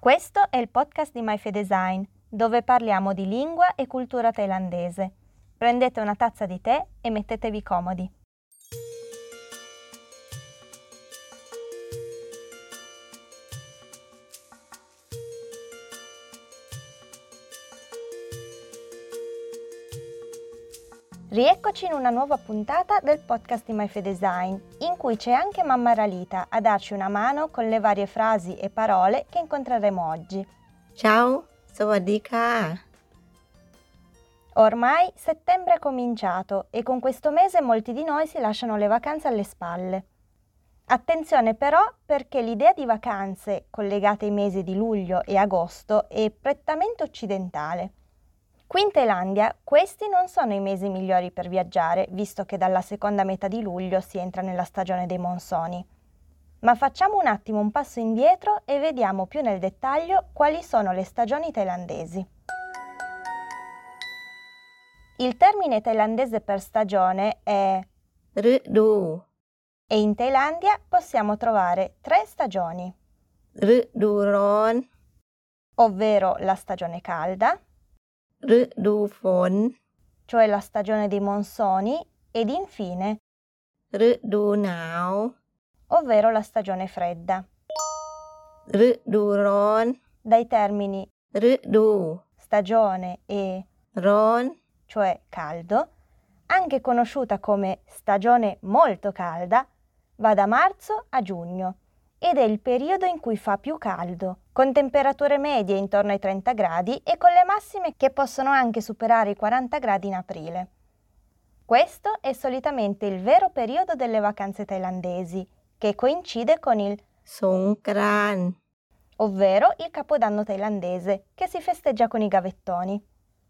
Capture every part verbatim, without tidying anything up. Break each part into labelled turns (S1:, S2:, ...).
S1: Questo è il podcast di MyFedesign, dove parliamo di lingua e cultura thailandese. Prendete una tazza di tè e mettetevi comodi. Rieccoci in una nuova puntata del podcast di MyFedesign, in cui c'è anche mamma Ralita a darci una mano con le varie frasi e parole che incontreremo oggi.
S2: Ciao, sawadika.
S1: Ormai settembre è cominciato e con questo mese molti di noi si lasciano le vacanze alle spalle. Attenzione però, perché l'idea di vacanze collegate ai mesi di luglio e agosto è prettamente occidentale. Qui in Thailandia questi non sono i mesi migliori per viaggiare, visto che dalla seconda metà di luglio si entra nella stagione dei monsoni. Ma facciamo un attimo un passo indietro e vediamo più nel dettaglio quali sono le stagioni thailandesi. Il termine thailandese per stagione è
S2: Ridu.
S1: e in Thailandia possiamo trovare tre stagioni,
S2: Ridu ron.
S1: ovvero la stagione calda,
S2: Ridu phon.
S1: cioè la stagione dei monsoni, ed infine
S2: Ridu nao.
S1: ovvero la stagione fredda.
S2: Ridu ron.
S1: Dai termini
S2: Ridu
S1: stagione e
S2: ron.
S1: cioè caldo, anche conosciuta come stagione molto calda, va da marzo a giugno ed è il periodo in cui fa più caldo, con temperature medie intorno ai trenta gradi e con le massime che possono anche superare i quaranta gradi in aprile. Questo è solitamente il vero periodo delle vacanze thailandesi, che coincide con il
S2: Songkran.
S1: ovvero il Capodanno thailandese, che si festeggia con i gavettoni.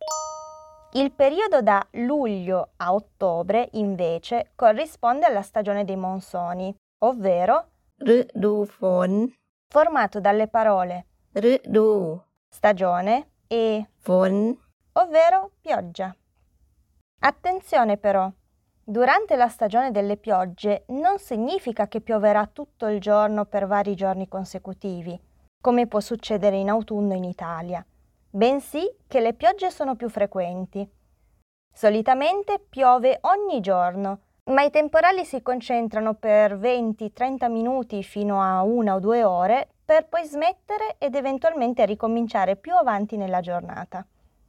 S1: Il periodo da luglio a ottobre, invece, corrisponde alla stagione dei monsoni, ovvero
S2: Ridu phon.
S1: formato dalle parole
S2: Ridu
S1: stagione e
S2: phon.
S1: ovvero pioggia. Attenzione però, durante la stagione delle piogge non significa che pioverà tutto il giorno per vari giorni consecutivi, come può succedere in autunno in Italia, bensì che le piogge sono più frequenti. Solitamente piove ogni giorno, ma i temporali si concentrano per venti trenta minuti fino a una o due ore per poi smettere ed eventualmente ricominciare più avanti nella giornata.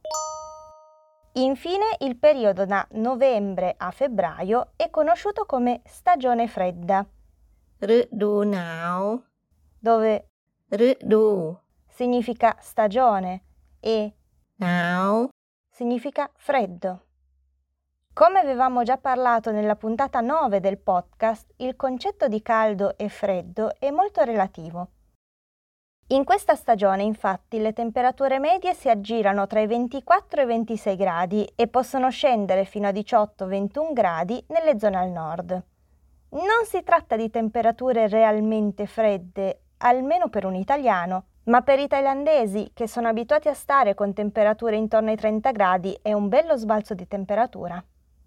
S1: Infine, il periodo da novembre a febbraio è conosciuto come stagione fredda,
S2: Ridu nao.
S1: dove
S2: Ridu
S1: significa stagione e
S2: nao.
S1: significa freddo. Come avevamo già parlato nella puntata nove del podcast, il concetto di caldo e freddo è molto relativo. In questa stagione, infatti, le temperature medie si aggirano tra i ventiquattro e i ventisei gradi e possono scendere fino a diciotto ventuno gradi nelle zone al nord. Non si tratta di temperature realmente fredde, almeno per un italiano, ma per i thailandesi, che sono abituati a stare con temperature intorno ai trenta gradi, è un bello sbalzo di temperatura.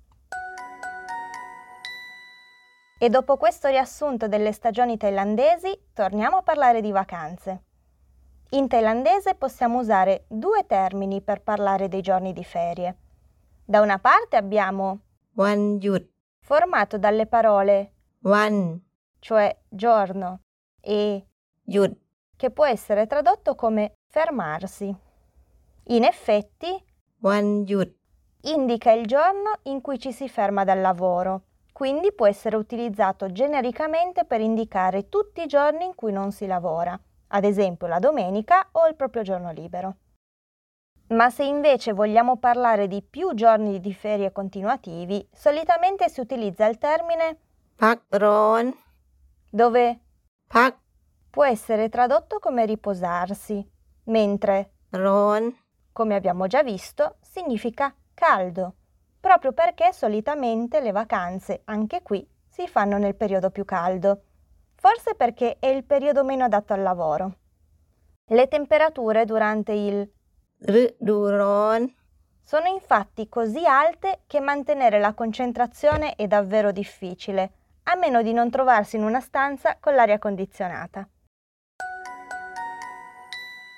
S1: E dopo questo riassunto delle stagioni thailandesi, torniamo a parlare di vacanze. In thailandese possiamo usare due termini per parlare dei giorni di ferie. Da una parte abbiamo
S2: Wan yut.
S1: formato dalle parole
S2: Wan
S1: cioè giorno e
S2: yut.
S1: che può essere tradotto come fermarsi. In effetti,
S2: Wan yut.
S1: indica il giorno in cui ci si ferma dal lavoro, quindi può essere utilizzato genericamente per indicare tutti i giorni in cui non si lavora, ad esempio la domenica o il proprio giorno libero. Ma se invece vogliamo parlare di più giorni di ferie continuativi, solitamente si utilizza il termine
S2: Pak ron.
S1: dove
S2: Pak
S1: può essere tradotto come riposarsi, mentre
S2: ron.
S1: come abbiamo già visto, significa caldo, proprio perché solitamente le vacanze, anche qui, si fanno nel periodo più caldo, forse perché è il periodo meno adatto al lavoro. Le temperature durante il
S2: Ridu ron.
S1: sono infatti così alte che mantenere la concentrazione è davvero difficile, a meno di non trovarsi in una stanza con l'aria condizionata.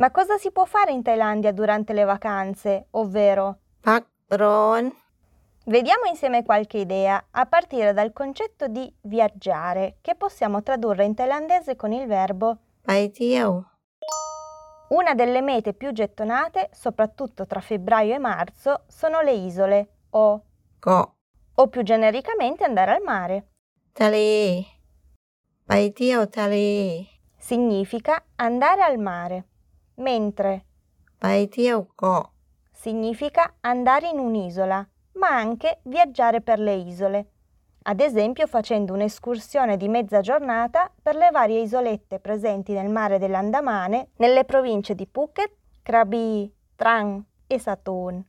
S1: Ma cosa si può fare in Thailandia durante le vacanze, ovvero
S2: พักร้อน
S1: Vediamo insieme qualche idea, a partire dal concetto di viaggiare, che possiamo tradurre in thailandese con il verbo
S2: ไปเที่ยว
S1: Una delle mete più gettonate, soprattutto tra febbraio e marzo, sono le isole o,
S2: เกาะ
S1: o più genericamente andare al mare.
S2: ทะเล ไปเที่ยวทะเล
S1: Significa andare al mare, mentre
S2: ไปเที่ยวเกาะ
S1: significa andare in un'isola, ma anche viaggiare per le isole. Ad esempio facendo un'escursione di mezza giornata per le varie isolette presenti nel mare dell'Andamane nelle province di Phuket, Krabi, Trang e Satun.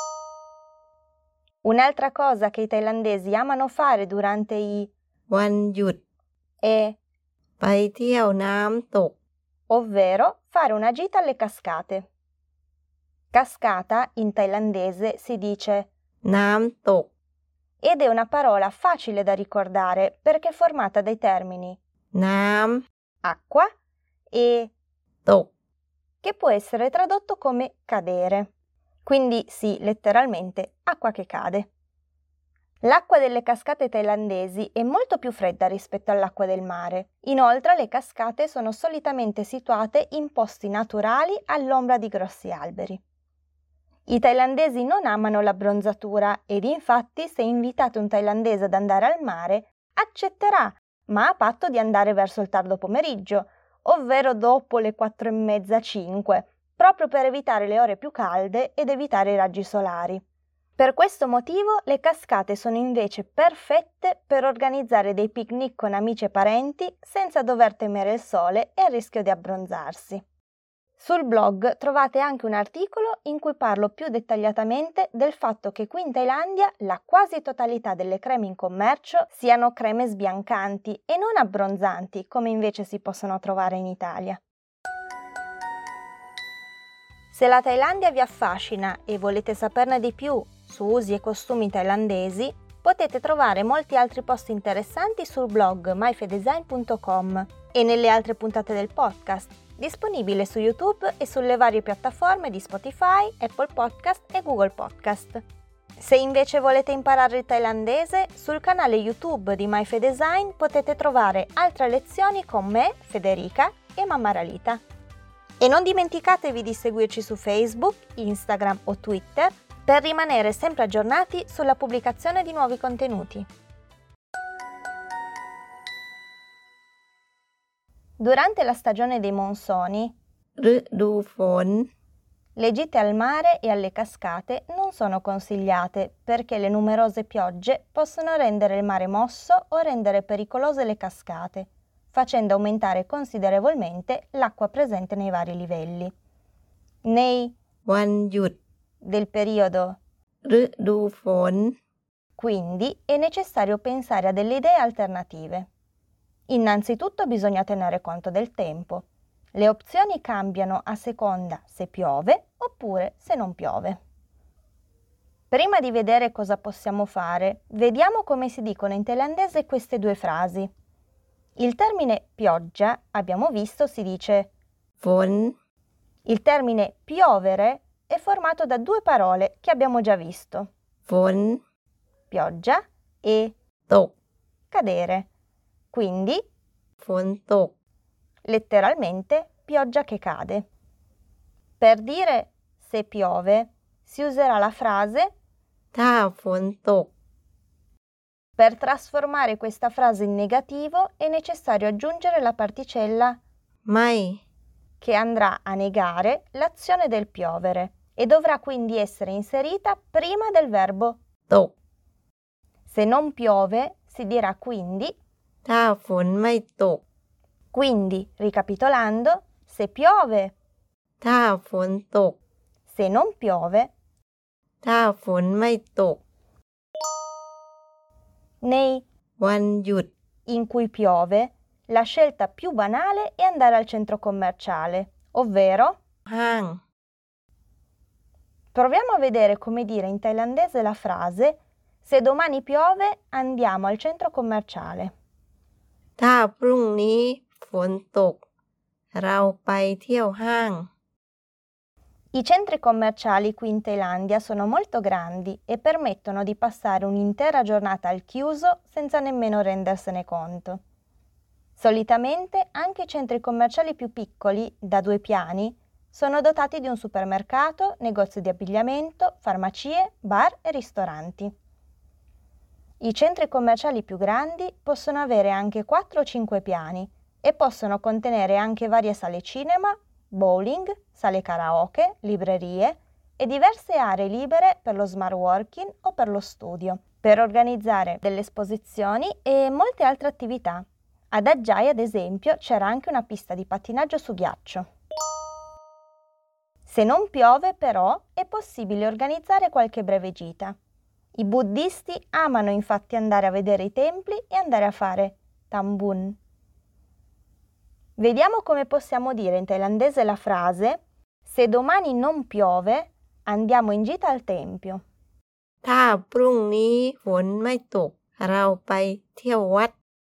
S1: Un'altra cosa che i thailandesi amano fare durante i
S2: วันหยุด
S1: è
S2: ไปเที่ยวน้ำตก
S1: ovvero fare una gita alle cascate. Cascata in thailandese si dice
S2: น้ำตก
S1: ed è una parola facile da ricordare perché è formata dai termini
S2: น้ำ
S1: acqua e
S2: ตก
S1: che può essere tradotto come cadere. Quindi sì, letteralmente acqua che cade. L'acqua delle cascate thailandesi è molto più fredda rispetto all'acqua del mare. Inoltre le cascate sono solitamente situate in posti naturali all'ombra di grossi alberi. I thailandesi non amano l'abbronzatura ed infatti se invitate un thailandese ad andare al mare, accetterà, ma a patto di andare verso il tardo pomeriggio, ovvero dopo le quattro e mezza cinque, proprio per evitare le ore più calde ed evitare i raggi solari. Per questo motivo le cascate sono invece perfette per organizzare dei picnic con amici e parenti senza dover temere il sole e il rischio di abbronzarsi. Sul blog trovate anche un articolo in cui parlo più dettagliatamente del fatto che qui in Thailandia la quasi totalità delle creme in commercio siano creme sbiancanti e non abbronzanti come invece si possono trovare in Italia. Se la Thailandia vi affascina e volete saperne di più su usi e costumi thailandesi, potete trovare molti altri post interessanti sul blog my phe design punto com e nelle altre puntate del podcast, disponibile su YouTube e sulle varie piattaforme di Spotify, Apple Podcast e Google Podcast. Se invece volete imparare il thailandese, sul canale YouTube di My Phe Design potete trovare altre lezioni con me, Federica e Mamma Ralita. E non dimenticatevi di seguirci su Facebook, Instagram o Twitter per rimanere sempre aggiornati sulla pubblicazione di nuovi contenuti. Durante la stagione dei monsoni,
S2: ฤดูฝน
S1: le gite al mare e alle cascate non sono consigliate perché le numerose piogge possono rendere il mare mosso o rendere pericolose le cascate, facendo aumentare considerevolmente l'acqua presente nei vari livelli. Nei
S2: วันหยุด
S1: del periodo
S2: ฤดูฝน
S1: quindi è necessario pensare a delle idee alternative. Innanzitutto bisogna tenere conto del tempo. Le opzioni cambiano a seconda se piove oppure se non piove. Prima di vedere cosa possiamo fare, vediamo come si dicono in thailandese queste due frasi. Il termine pioggia, abbiamo visto, si dice
S2: ฝน
S1: Il termine piovere è formato da due parole che abbiamo già visto.
S2: ฝน
S1: Pioggia e
S2: ตก
S1: cadere. Quindi,
S2: ฝนตก
S1: letteralmente, pioggia che cade. Per dire se piove, si userà la frase
S2: ถ้าฝนตก
S1: per trasformare questa frase in negativo è necessario aggiungere la particella
S2: ไม่
S1: che andrà a negare l'azione del piovere e dovrà quindi essere inserita prima del verbo
S2: ตก
S1: se non piove si dirà quindi
S2: ถ้าฝนไม่ตก
S1: quindi ricapitolando se piove
S2: ถ้าฝนตก
S1: se non piove
S2: ถ้าฝนไม่ตก
S1: nei
S2: วันหยุด
S1: in cui piove la scelta più banale è andare al centro commerciale, ovvero
S2: ห้าง
S1: proviamo a vedere come dire in thailandese la frase se domani piove andiamo al centro commerciale.
S2: ถ้าพรุ่งนี้ฝนตก เราไปเที่ยวห้าง
S1: I centri commerciali qui in Thailandia sono molto grandi e permettono di passare un'intera giornata al chiuso senza nemmeno rendersene conto. Solitamente anche i centri commerciali più piccoli, da due piani, sono dotati di un supermercato, negozio di abbigliamento, farmacie, bar e ristoranti. I centri commerciali più grandi possono avere anche quattro o cinque piani e possono contenere anche varie sale cinema, bowling, sale karaoke, librerie e diverse aree libere per lo smart working o per lo studio, per organizzare delle esposizioni e molte altre attività. Ad Ajay, ad esempio, c'era anche una pista di pattinaggio su ghiaccio. Se non piove, però, è possibile organizzare qualche breve gita. I buddisti amano infatti andare a vedere i templi e andare a fare tambun. Vediamo come possiamo dire in thailandese la frase "se domani non piove, andiamo in gita al tempio".
S2: ถ้าพรุ่งนี้ฝนไม่ตกเราไปเที่ยววัด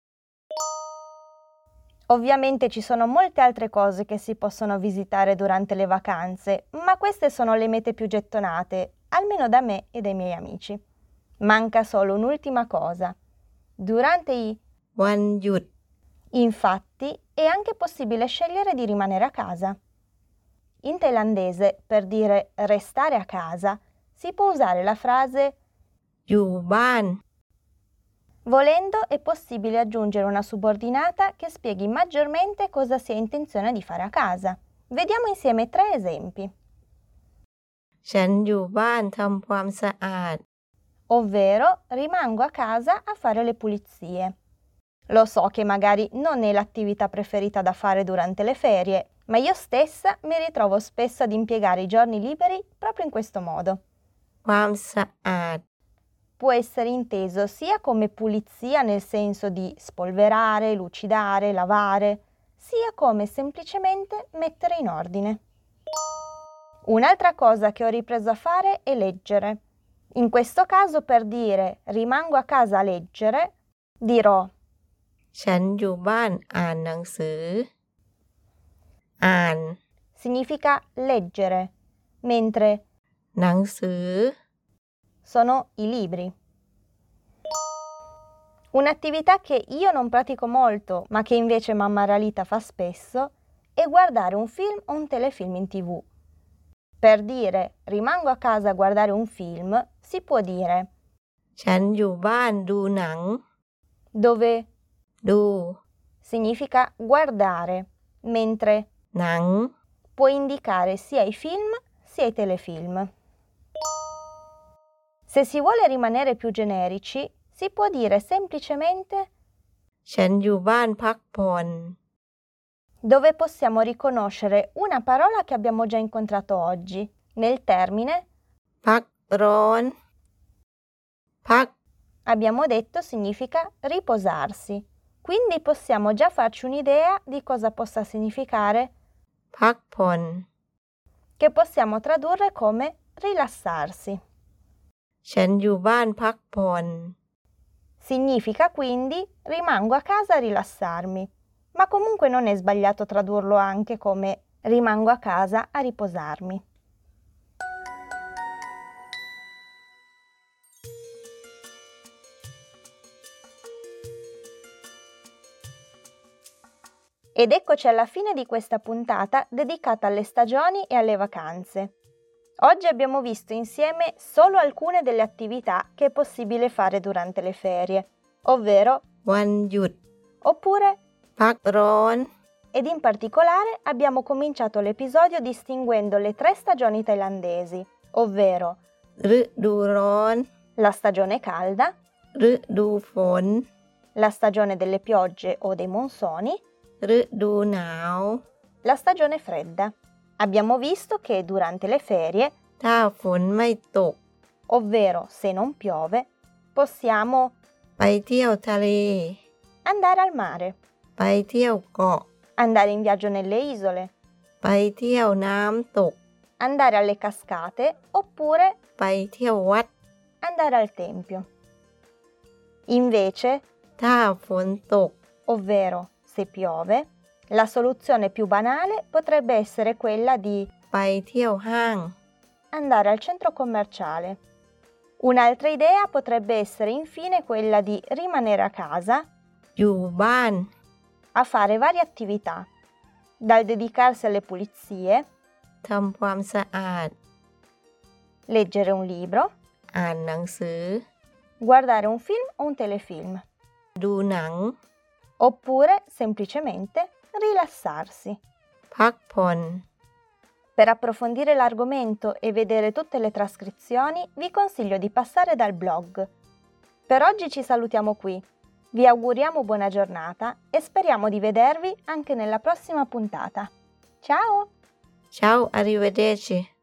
S1: Ovviamente ci sono molte altre cose che si possono visitare durante le vacanze, ma queste sono le mete più gettonate, almeno da me e dai miei amici. Manca solo un'ultima cosa. Durante i
S2: วันหยุด
S1: infatti è anche possibile scegliere di rimanere a casa. In thailandese, per dire restare a casa, si può usare la frase
S2: อยู่บ้าน
S1: volendo è possibile aggiungere una subordinata che spieghi maggiormente cosa si ha intenzione di fare a casa. Vediamo insieme tre esempi.
S2: ฉันอยู่บ้านทำความสะอาด
S1: ovvero rimango a casa a fare le pulizie. Lo so che magari non è l'attività preferita da fare durante le ferie, ma io stessa mi ritrovo spesso ad impiegare i giorni liberi proprio in questo modo.
S2: ความสะอาด
S1: Può essere inteso sia come pulizia nel senso di spolverare, lucidare, lavare, sia come semplicemente mettere in ordine. Un'altra cosa che ho ripreso a fare è leggere. In questo caso, per dire rimango a casa a leggere, dirò
S2: ฉันอยู่บ้านอ่านหนังสือ อ่าน
S1: significa leggere, mentre
S2: หนังสือ
S1: sono i libri. Un'attività che io non pratico molto, ma che invece mamma Ralita fa spesso, è guardare un film o un telefilm in tivù. Per dire rimango a casa a guardare un film, si può dire
S2: ฉันอยู่บ้านดูหนัง
S1: dove
S2: ดู
S1: significa guardare, mentre
S2: หนัง
S1: può indicare sia i film sia i telefilm. Se si vuole rimanere più generici, si può dire semplicemente
S2: ฉันอยู่บ้านพักผ่อน
S1: dove possiamo riconoscere una parola che abbiamo già incontrato oggi, nel termine
S2: พักร้อน พัก
S1: abbiamo detto significa riposarsi, quindi possiamo già farci un'idea di cosa possa significare
S2: พักผ่อน
S1: che possiamo tradurre come rilassarsi.
S2: ฉันอยู่บ้านพักผ่อน
S1: Significa quindi rimango a casa a rilassarmi, ma comunque non è sbagliato tradurlo anche come rimango a casa a riposarmi. Ed eccoci alla fine di questa puntata dedicata alle stagioni e alle vacanze. Oggi abbiamo visto insieme solo alcune delle attività che è possibile fare durante le ferie, ovvero
S2: วันหยุด
S1: oppure
S2: พักร้อน
S1: ed in particolare abbiamo cominciato l'episodio distinguendo le tre stagioni thailandesi, ovvero
S2: ฤดูร้อน
S1: la stagione calda,
S2: ฤดูฝน
S1: la stagione delle piogge o dei monsoni,
S2: ฤดูหนาว
S1: la stagione fredda. Abbiamo visto che durante le ferie,
S2: ถ้าฝนไม่ตก
S1: ovvero se non piove, possiamo
S2: ไปเที่ยวทะเล
S1: andare al mare,
S2: ไปเที่ยวเกาะ
S1: andare in viaggio nelle isole,
S2: ไปเที่ยวน้ำตก
S1: andare alle cascate oppure
S2: ไปเที่ยววัด
S1: andare al tempio. Invece,
S2: ถ้าฝนตก
S1: ovvero se piove, la soluzione più banale potrebbe essere quella di
S2: ไปเที่ยวห้าง
S1: andare al centro commerciale. Un'altra idea potrebbe essere infine quella di rimanere a casa
S2: อยู่บ้าน
S1: a fare varie attività, dal dedicarsi alle pulizie,
S2: ทำความสะอาด
S1: leggere un libro,
S2: อ่านหนังสือ
S1: guardare un film o un telefilm,
S2: ดูหนัง
S1: oppure semplicemente rilassarsi.
S2: พักผ่อน
S1: Per approfondire l'argomento e vedere tutte le trascrizioni, vi consiglio di passare dal blog. Per oggi ci salutiamo qui. Vi auguriamo buona giornata e speriamo di vedervi anche nella prossima puntata. Ciao!
S2: Ciao, arrivederci